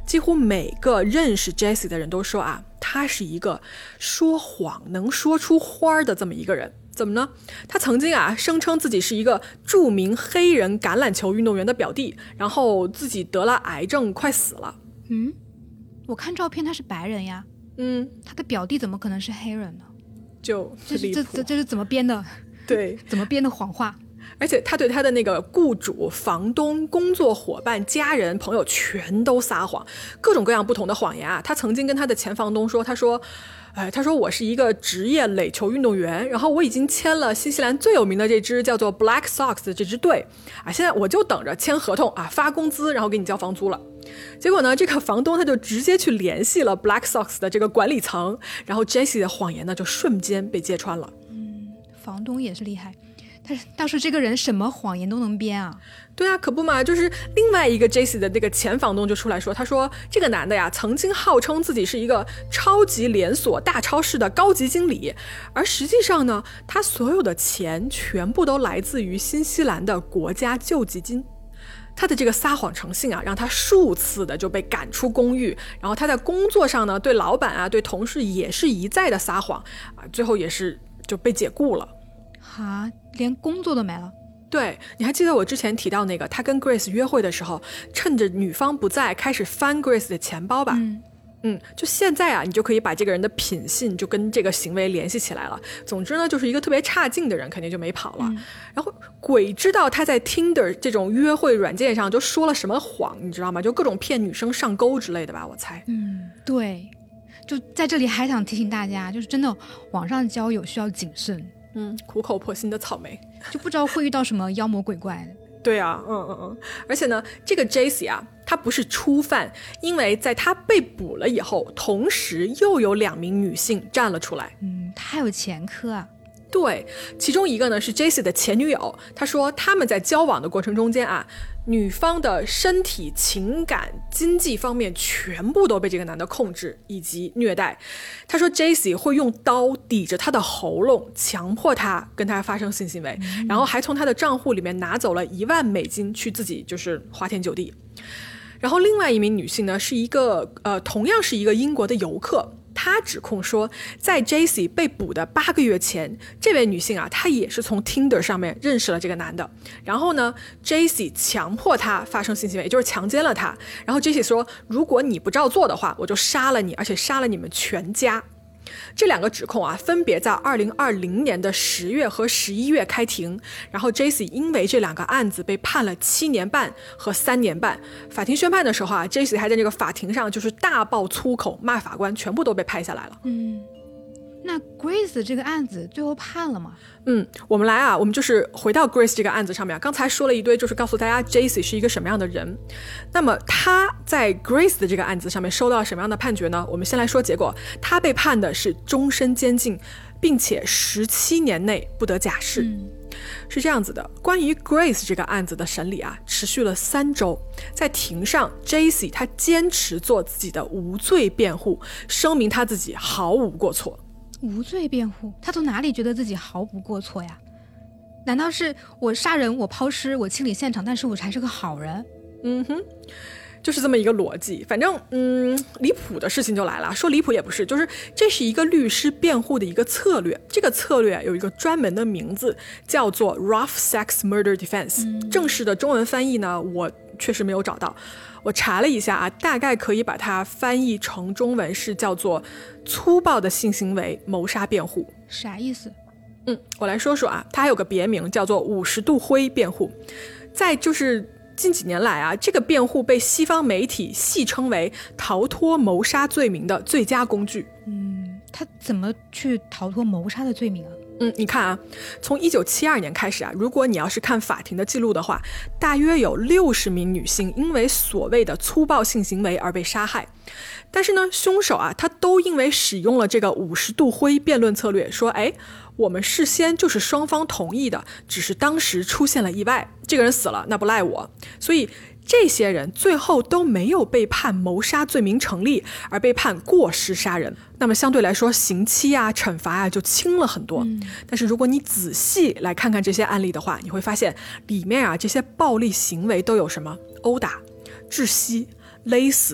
几乎每个认识 Jessie 的人都说啊，他是一个说谎能说出花的这么一个人。怎么呢？他曾经啊声称自己是一个著名黑人橄榄球运动员的表弟，然后自己得了癌症快死了。 嗯，我看照片他是白人呀。 嗯， 他的表弟怎么可能是黑人呢？ 就这是这这这是怎么编的？ 对， 怎么编的谎话？ 而且他对他的那个雇主、房东、工作伙伴、家人、朋友全都撒谎，各种各样不同的谎言啊。他曾经跟他的前房东说，他说哎，他说我是一个职业垒球运动员，然后我已经签了新西兰最有名的这支叫做 Black Sox 的这支队啊，现在我就等着签合同啊，发工资，然后给你交房租了。结果呢，这个房东他就直接去联系了 Black Sox 的这个管理层，然后 Jessie 的谎言呢就瞬间被揭穿了。 嗯，房东也是厉害，但是倒是这个人什么谎言都能编啊。 对啊，可不嘛，就是另外一个 Jessie 的那个前房东就出来说，他说这个男的呀曾经号称自己是一个超级连锁大超市的高级经理，而实际上呢，他所有的钱全部都来自于新西兰的国家救济金。他的这个撒谎成性啊，让他数次的就被赶出公寓，然后他在工作上呢，对老板啊，对同事也是一再的撒谎啊，最后也是就被解雇了。 哈，连工作都没了。 对，你还记得我之前提到那个他跟 Grace 约会的时候，趁着女方不在开始翻 Grace 的钱包吧？嗯嗯，就现在啊，你就可以把这个人的品性就跟这个行为联系起来了。总之呢，就是一个特别差劲的人，肯定就没跑了。嗯、然后鬼知道他在 Tinder 这种约会软件上就说了什么谎，你知道吗？就各种骗女生上钩之类的吧，我猜。 嗯，对。就在这里还想提醒大家，就是真的网上交友需要谨慎。 嗯，苦口婆心的草莓， 就不知道会遇到什么妖魔鬼怪的。 对啊，嗯嗯嗯，而且呢，这个 Jessie 啊，他不是初犯，因为在他被捕了以后，同时又有两名女性站了出来。 嗯，他还有前科啊。 对，其中一个呢是 Jessie 的前女友，她说他们在交往的过程中间啊，女方的身体、情感、经济方面全部都被这个男的控制以及虐待。她说 Jessie 会用刀抵着他的喉咙，强迫他跟他发生性行为，嗯、然后还从他的账户里面拿走了一万美金去自己就是花天酒地。然后另外一名女性呢是一个呃，同样是一个英国的游客。她指控说，在 Jessie 被捕的八个月前，这位女性啊，她也是从 Tinder 上面认识了这个男的。然后呢 ，Jessie 强迫她发生性行为，也就是强奸了她。然后 Jessie 说，如果你不照做的话，我就杀了你，而且杀了你们全家。这两个指控啊，分别在二零二零年的十月和十一月开庭，然后 Jessie 因为这两个案子被判了七年半和三年半。法庭宣判的时候啊 ，Jessie 还在这个法庭上就是大爆粗口，骂法官，全部都被拍下来了。 嗯，那 Grace 这个案子最后判了吗？ 嗯，我们来啊，我们就是回到 Grace 这个案子上面，刚才说了一堆，就是告诉大家 Jessie 是一个什么样的人。那么他在 Grace 的这个案子上面收到了什么样的判决呢？我们先来说结果，他被判的是终身监禁，并且十七年内不得假释。嗯，是这样子的，关于 Grace 这个案子的审理啊，持续了三周。在庭上 Jessie 他坚持做自己的无罪辩护，声明他自己毫无过错。 无罪辩护，他从哪里觉得自己毫无过错呀？难道是我杀人，我抛尸，我清理现场，但是我才是个好人？ 嗯哼，就是这么一个逻辑。反正嗯，离谱的事情就来了，说离谱也不是，就是这是一个律师辩护的一个策略。这个策略有一个专门的名字，叫做 Rough Sex Murder Defense、嗯、正式的中文翻译呢，我确实没有找到。我查了一下啊，大概可以把它翻译成中文是叫做粗暴的性行为谋杀辩护。 啥意思？ 嗯，我来说说啊，它还有个别名叫做五十度灰辩护。在就是近几年来啊，这个辩护被西方媒体戏称为逃脱谋杀罪名的最佳工具。 嗯，他怎么去逃脱谋杀的罪名啊？ 嗯，你看啊，从一九七二年开始啊，如果你要是看法庭的记录的话，大约有六十名女性因为所谓的粗暴性行为而被杀害。但是呢，凶手啊，他都因为使用了这个五十度灰辩论策略，说，哎，我们事先就是双方同意的，只是当时出现了意外，这个人死了，那不赖我。所以这些人最后都没有被判谋杀罪名成立，而被判过失杀人。那么相对来说，刑期啊、惩罚啊就轻了很多。嗯、但是如果你仔细来看看这些案例的话，你会发现里面啊这些暴力行为都有什么？殴打、窒息、勒死、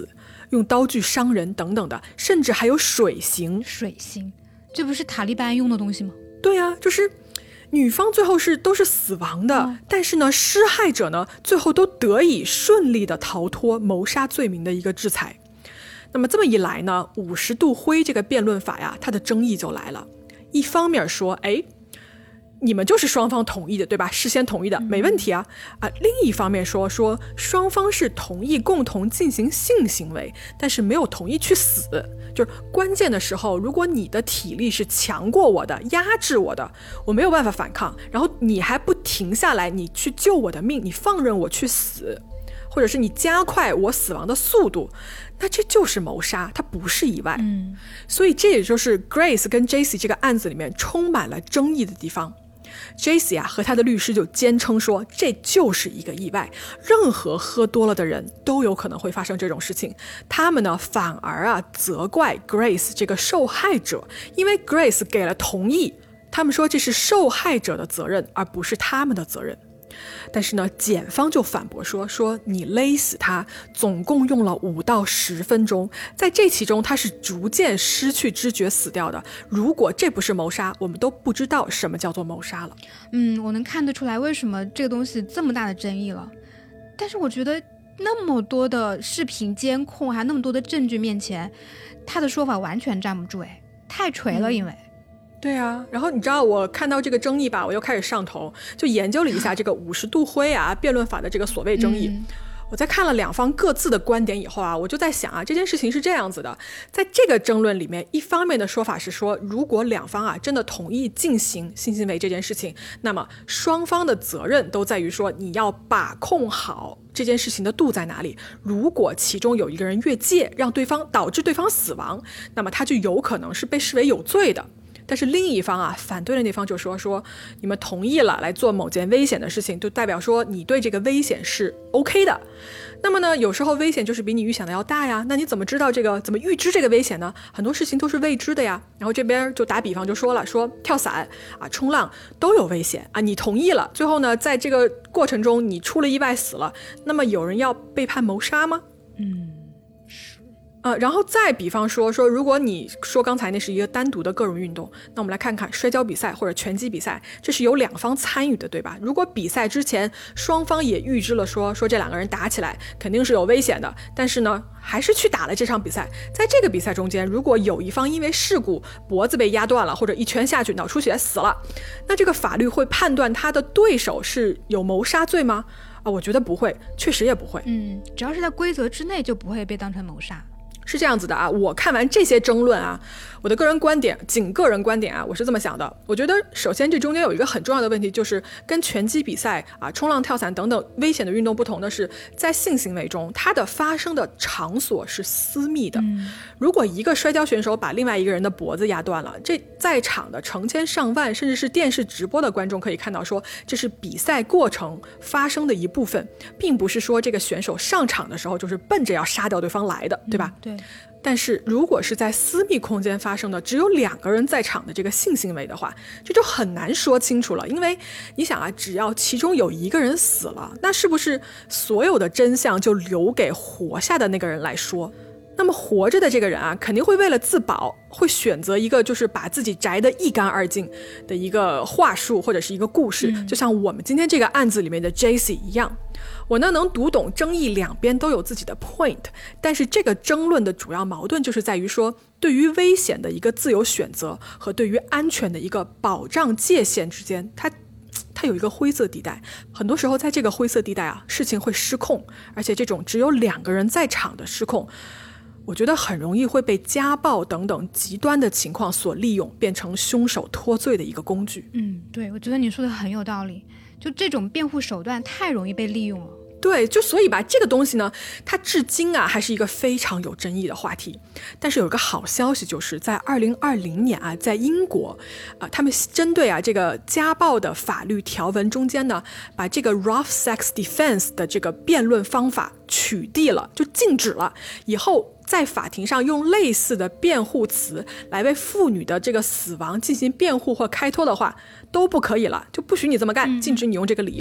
用刀具伤人等等的，甚至还有水刑。 水刑，这不是塔利班用的东西吗？ 对啊，就是女方最后是都是死亡的、哦、但是呢施害者呢最后都得以顺利的逃脱谋杀罪名的一个制裁。那么这么一来呢，五十度灰这个辩论法呀，它的争议就来了。一方面说，哎，你们就是双方同意的，对吧？事先同意的，没问题啊。啊，另一方面说，说双方是同意共同进行性行为，但是没有同意去死。就是关键的时候，如果你的体力是强过我的，压制我的，我没有办法反抗，然后你还不停下来，你去救我的命，你放任我去死，或者是你加快我死亡的速度，那这就是谋杀，它不是意外。嗯，所以这也就是 Grace 跟 Jaycee 这个案子里面充满了争议的地方。Jaycee 啊和他的律师就坚称说，这就是一个意外，任何喝多了的人都有可能会发生这种事情。他们呢反而啊责怪 Grace 这个受害者，因为 Grace 给了同意，他们说这是受害者的责任，而不是他们的责任。但是呢，检方就反驳说，说你勒死他总共用了五到十分钟，在这其中他是逐渐失去知觉死掉的。如果这不是谋杀，我们都不知道什么叫做谋杀了。 嗯，我能看得出来为什么这个东西这么大的争议了。但是我觉得那么多的视频监控，还那么多的证据面前，他的说法完全站不住，哎，太锤了，因为。嗯对啊，然后你知道我看到这个争议吧，我又开始上头，就研究了一下这个五十度灰啊辩论法的这个所谓争议。嗯，我在看了两方各自的观点以后啊，我就在想啊，这件事情是这样子的，在这个争论里面，一方面的说法是说，如果两方啊真的同意进行性行为这件事情，那么双方的责任都在于说你要把控好这件事情的度在哪里。如果其中有一个人越界，让对方导致对方死亡，那么他就有可能是被视为有罪的。但是另一方啊，反对的那方就说说你们同意了来做某件危险的事情，就代表说你对这个危险是 OK 的。那么呢，有时候危险就是比你预想的要大呀，那你怎么知道这个，怎么预知这个危险呢？很多事情都是未知的呀。然后这边就打比方就说了，说跳伞啊、冲浪都有危险啊，你同意了，最后呢，在这个过程中你出了意外死了，那么有人要被判谋杀吗？嗯。呃，然后再比方说说，如果你说刚才那是一个单独的个人运动，那我们来看看摔跤比赛或者拳击比赛，这是有两方参与的，对吧？如果比赛之前双方也预知了说说这两个人打起来肯定是有危险的，但是呢还是去打了这场比赛，在这个比赛中间，如果有一方因为事故脖子被压断了，或者一拳下去脑出血死了，那这个法律会判断他的对手是有谋杀罪吗？啊，我觉得不会，确实也不会。 嗯，只要是在规则之内就不会被当成谋杀。 是这样子的啊，我看完这些争论啊，我的个人观点，仅个人观点啊，我是这么想的。我觉得首先这中间有一个很重要的问题，就是跟拳击比赛啊、冲浪、跳伞等等危险的运动不同的是，在性行为中，它的发生的场所是私密的。嗯、如果一个摔跤选手把另外一个人的脖子压断了，这在场的成千上万甚至是电视直播的观众可以看到说，这是比赛过程发生的一部分，并不是说这个选手上场的时候就是奔着要杀掉对方来的，对吧？ 嗯、对。 但是如果是在私密空间发生的只有两个人在场的这个性行为的话，这就很难说清楚了。因为你想啊，只要其中有一个人死了，那是不是所有的真相就留给活下的那个人来说？那么活着的这个人啊，肯定会为了自保，会选择一个就是把自己摘得一干二净的一个话术或者是一个故事、嗯、就像我们今天这个案子里面的 Jaycee 一样。我呢能读懂争议两边都有自己的 point， 但是这个争论的主要矛盾就是在于说，对于危险的一个自由选择和对于安全的一个保障界限之间，它它有一个灰色地带。很多时候在这个灰色地带啊，事情会失控，而且这种只有两个人在场的失控，我觉得很容易会被家暴等等极端的情况所利用，变成凶手脱罪的一个工具。 嗯，对，我觉得你说的很有道理，就这种辩护手段太容易被利用了。 对，就所以吧，这个东西呢，它至今啊还是一个非常有争议的话题。但是有一个好消息，就是在二零二零年啊，在英国啊、呃，他们针对啊这个家暴的法律条文中间呢，把这个 rough sex defense 的这个辩论方法取缔了，就禁止了。以后在法庭上用类似的辩护词来为妇女的这个死亡进行辩护或开脱的话，都不可以了，就不许你这么干，禁止你用这个理由。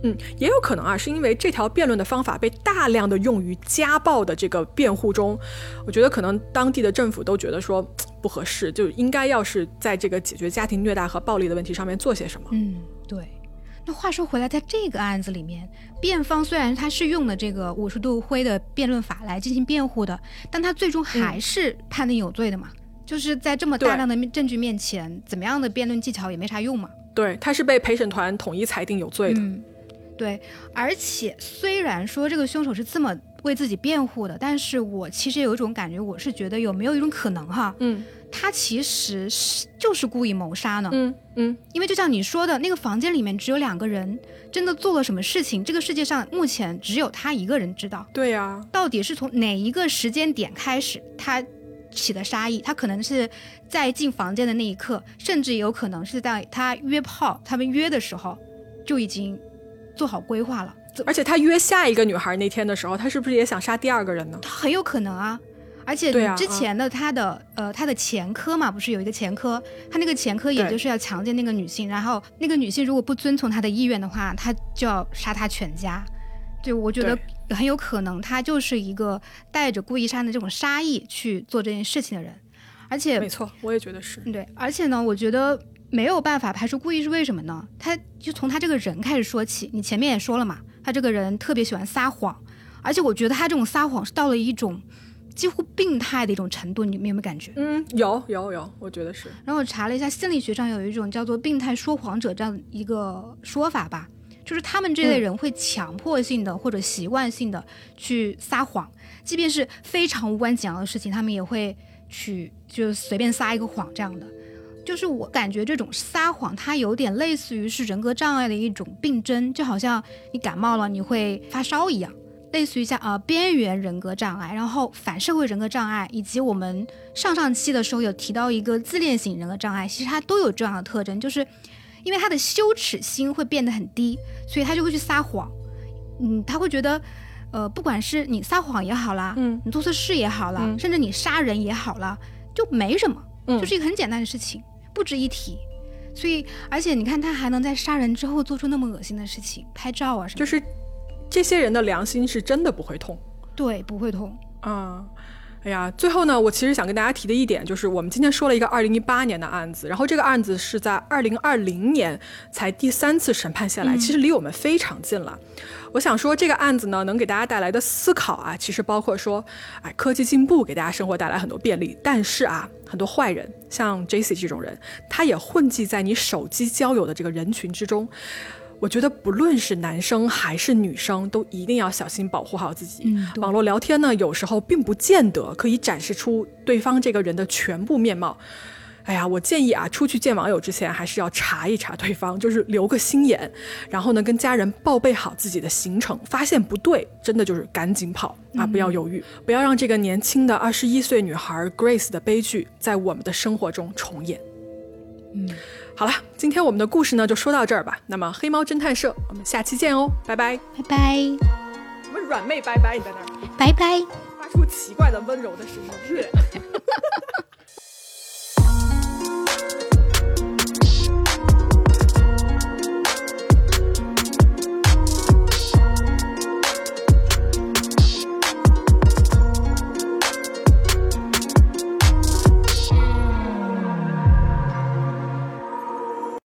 嗯，也有可能啊，是因为这条辩论的方法被大量的用于家暴的这个辩护中，我觉得可能当地的政府都觉得说不合适，就应该要是在这个解决家庭虐待和暴力的问题上面做些什么。 嗯，对。那话说回来，在这个案子里面，辩方虽然他是用了这个五十度灰的辩论法来进行辩护的，但他最终还是判定有罪的嘛、嗯、就是在这么大量的证据面前，怎么样的辩论技巧也没啥用嘛。 对，他是被陪审团统一裁定有罪的。 嗯，对。而且虽然说这个凶手是这么为自己辩护的，但是我其实有一种感觉，我是觉得有没有一种可能哈，嗯，他其实是就是故意谋杀呢。 嗯嗯， 因为就像你说的，那个房间里面只有两个人，真的做了什么事情，这个世界上目前只有他一个人知道。 对呀、啊， 到底是从哪一个时间点开始他起的杀意？他可能是在进房间的那一刻，甚至有可能是在他约炮他们约的时候就已经做好规划了。 而且他约下一个女孩那天的时候，他是不是也想杀第二个人呢？ 他很有可能啊。而且之前的他的、啊、呃他的前科嘛，不是有一个前科，他那个前科也就是要强奸那个女性，然后那个女性如果不遵从他的意愿的话，他就要杀他全家。对，我觉得很有可能他就是一个带着故意杀人的这种杀意去做这件事情的人。而且没错，我也觉得是。 对，而且呢，我觉得没有办法排除故意，是为什么呢？他就从他这个人开始说起。你前面也说了嘛，他这个人特别喜欢撒谎，而且我觉得他这种撒谎是到了一种几乎病态的一种程度，你有没有感觉？ 嗯，有有有，我觉得是。 然后我查了一下，心理学上有一种叫做病态说谎者这样一个说法吧，就是他们这类人会强迫性的或者习惯性的去撒谎，即便是非常无关紧要的事情，他们也会去就随便撒一个谎这样的。就是我感觉这种撒谎它有点类似于是人格障碍的一种病症，就好像你感冒了你会发烧一样，类似于像呃边缘人格障碍，然后反社会人格障碍，以及我们上上期的时候有提到一个自恋型人格障碍，其实它都有这样的特征，就是因为他的羞耻心会变得很低，所以他就会去撒谎。嗯，他会觉得呃不管是你撒谎也好啦，嗯，你做错事也好啦、嗯、甚至你杀人也好啦，就没什么、嗯、就是一个很简单的事情，不值一提。所以而且你看他还能在杀人之后做出那么恶心的事情，拍照啊什么的， 就是这些人的良心是真的不会痛。 对，不会痛啊。哎呀，最后呢，我其实想跟大家提的一点就是，我们今天说了一个二零一八年的案子，然后这个案子是在二零二零年才第三次审判下来、嗯、其实离我们非常近了。我想说这个案子呢，能给大家带来的思考啊，其实包括说，哎，科技进步给大家生活带来很多便利，但是啊，很多坏人，像 J C 这种人，他也混迹在你手机交友的这个人群之中。我觉得不论是男生还是女生，都一定要小心保护好自己、嗯、网络聊天呢，有时候并不见得可以展示出对方这个人的全部面貌。哎呀，我建议啊，出去见网友之前还是要查一查对方，就是留个心眼，然后呢跟家人报备好自己的行程，发现不对真的就是赶紧跑啊，不要犹豫、嗯、不要让这个年轻的二十一岁女孩 Grace 的悲剧在我们的生活中重演。嗯，好了，今天我们的故事呢就说到这儿吧。那么黑猫侦探社，我们下期见哦，拜拜， 拜拜。 什么软妹拜拜？你在那儿？ 拜拜， 发出奇怪的温柔的声音。